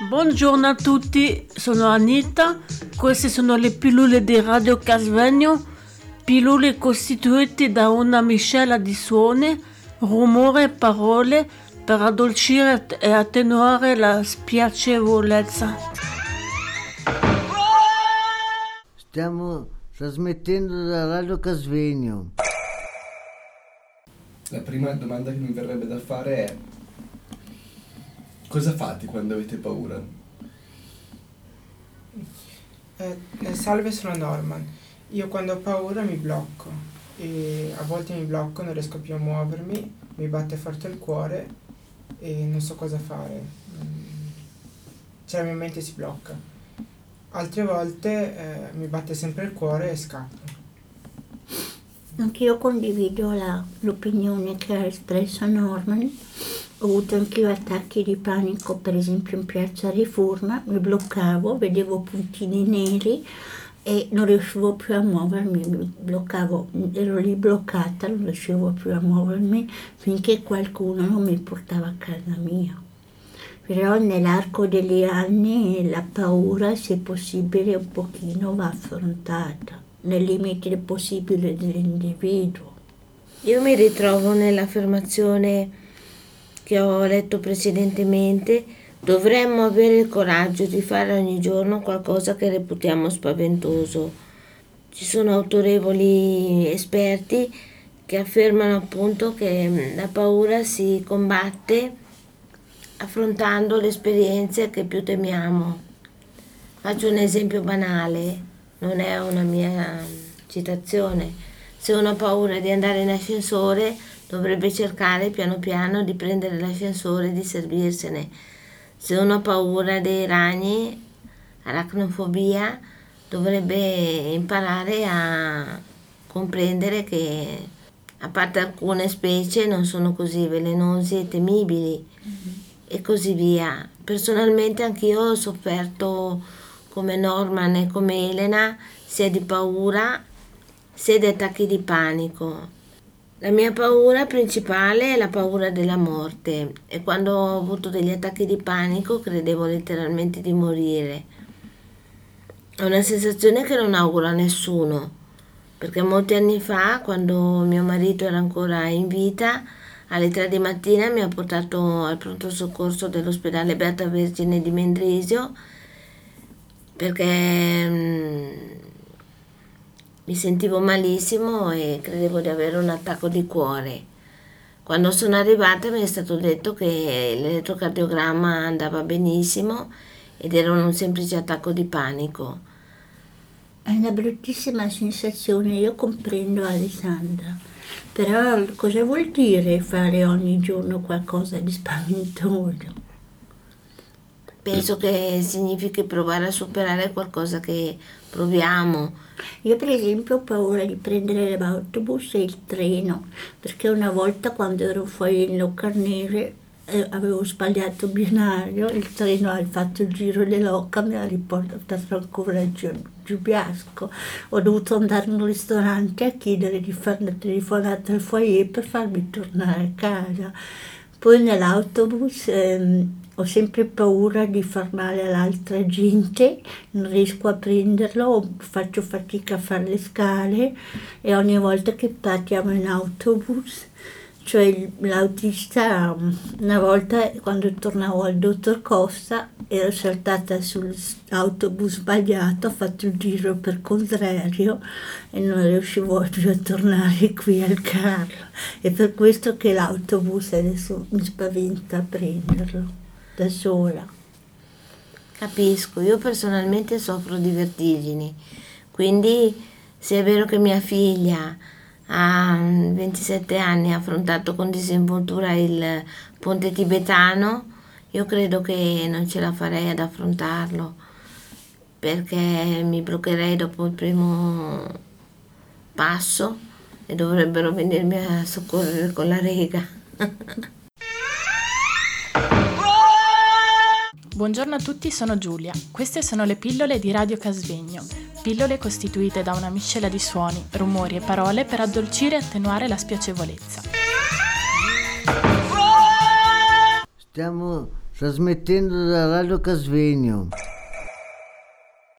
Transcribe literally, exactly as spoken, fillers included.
Buongiorno a tutti, sono Anita, queste sono le pillole di Radio Casvegno, pillole costituite da una miscela di suoni, rumore e parole per addolcire e attenuare la spiacevolezza. Stiamo trasmettendo da Radio Casvegno. La prima domanda che mi verrebbe da fare è: cosa fate quando avete paura? Eh, eh, salve, sono Norman. Io quando ho paura mi blocco e a volte mi blocco, non riesco più a muovermi, mi batte forte il cuore e non so cosa fare. Cioè la mia mente si blocca. Altre volte eh, mi batte sempre il cuore e scappo. Anch'io condivido la, l'opinione che ha espresso Norman. Ho avuto anch'io attacchi di panico, per esempio in piazza Riforma, mi bloccavo, vedevo puntini neri e non riuscivo più a muovermi, mi bloccavo, ero lì bloccata, non riuscivo più a muovermi finché qualcuno non mi portava a casa mia. Però nell'arco degli anni la paura, se possibile, un pochino va affrontata, nei limiti del possibile dell'individuo. Io mi ritrovo nell'affermazione che ho letto precedentemente: dovremmo avere il coraggio di fare ogni giorno qualcosa che reputiamo spaventoso. Ci sono autorevoli esperti che affermano appunto che la paura si combatte affrontando le esperienze che più temiamo. Faccio un esempio banale, non è una mia citazione. Se uno ha paura di andare in ascensore, dovrebbe cercare piano piano di prendere l'ascensore e di servirsene. Se uno ha paura dei ragni, aracnofobia, dovrebbe imparare a comprendere che, a parte alcune specie, non sono così velenosi e temibili, mm-hmm. e così via. Personalmente anch'io ho sofferto, come Norman e come Elena, sia di paura sia di attacchi di panico. La mia paura principale è la paura della morte e quando ho avuto degli attacchi di panico credevo letteralmente di morire. È una sensazione che non auguro a nessuno, perché molti anni fa, quando mio marito era ancora in vita, alle tre di mattina mi ha portato al pronto soccorso dell'ospedale Beata Vergine di Mendrisio perché mh, mi sentivo malissimo e credevo di avere un attacco di cuore. Quando sono arrivata mi è stato detto che l'elettrocardiogramma andava benissimo ed era un semplice attacco di panico. È una bruttissima sensazione, io comprendo Alessandra, però cosa vuol dire fare ogni giorno qualcosa di spaventoso? Penso che significhi provare a superare qualcosa che proviamo. Io per esempio ho paura di prendere l'autobus e il treno, perché una volta quando ero fuori in Loccarnese eh, avevo sbagliato binario, il treno ha fatto il giro dell'Oca, mi ha riportato ancora a Giubiasco. Ho dovuto andare in un ristorante a chiedere di fare una telefonata al foyer per farmi tornare a casa. Poi nell'autobus ehm, ho sempre paura di far male all'altra gente, non riesco a prenderlo, faccio fatica a fare le scale e ogni volta che partiamo in autobus, cioè l'autista, una volta quando tornavo al dottor Costa ero saltata sull'autobus sbagliato, ho fatto il giro per contrario e non riuscivo più a tornare qui al carro. È per questo che l'autobus adesso mi spaventa a prenderlo da sola. Capisco, io personalmente soffro di vertigini, quindi se è vero che mia figlia a ventisette anni ha affrontato con disinvoltura il ponte tibetano, io credo che non ce la farei ad affrontarlo, perché mi bloccherei dopo il primo passo e dovrebbero venirmi a soccorrere con la rega. Buongiorno a tutti, sono Giulia. Queste sono le pillole di Radio Casvegno. Pillole costituite da una miscela di suoni, rumori e parole per addolcire e attenuare la spiacevolezza. Stiamo trasmettendo da Radio Casvegno.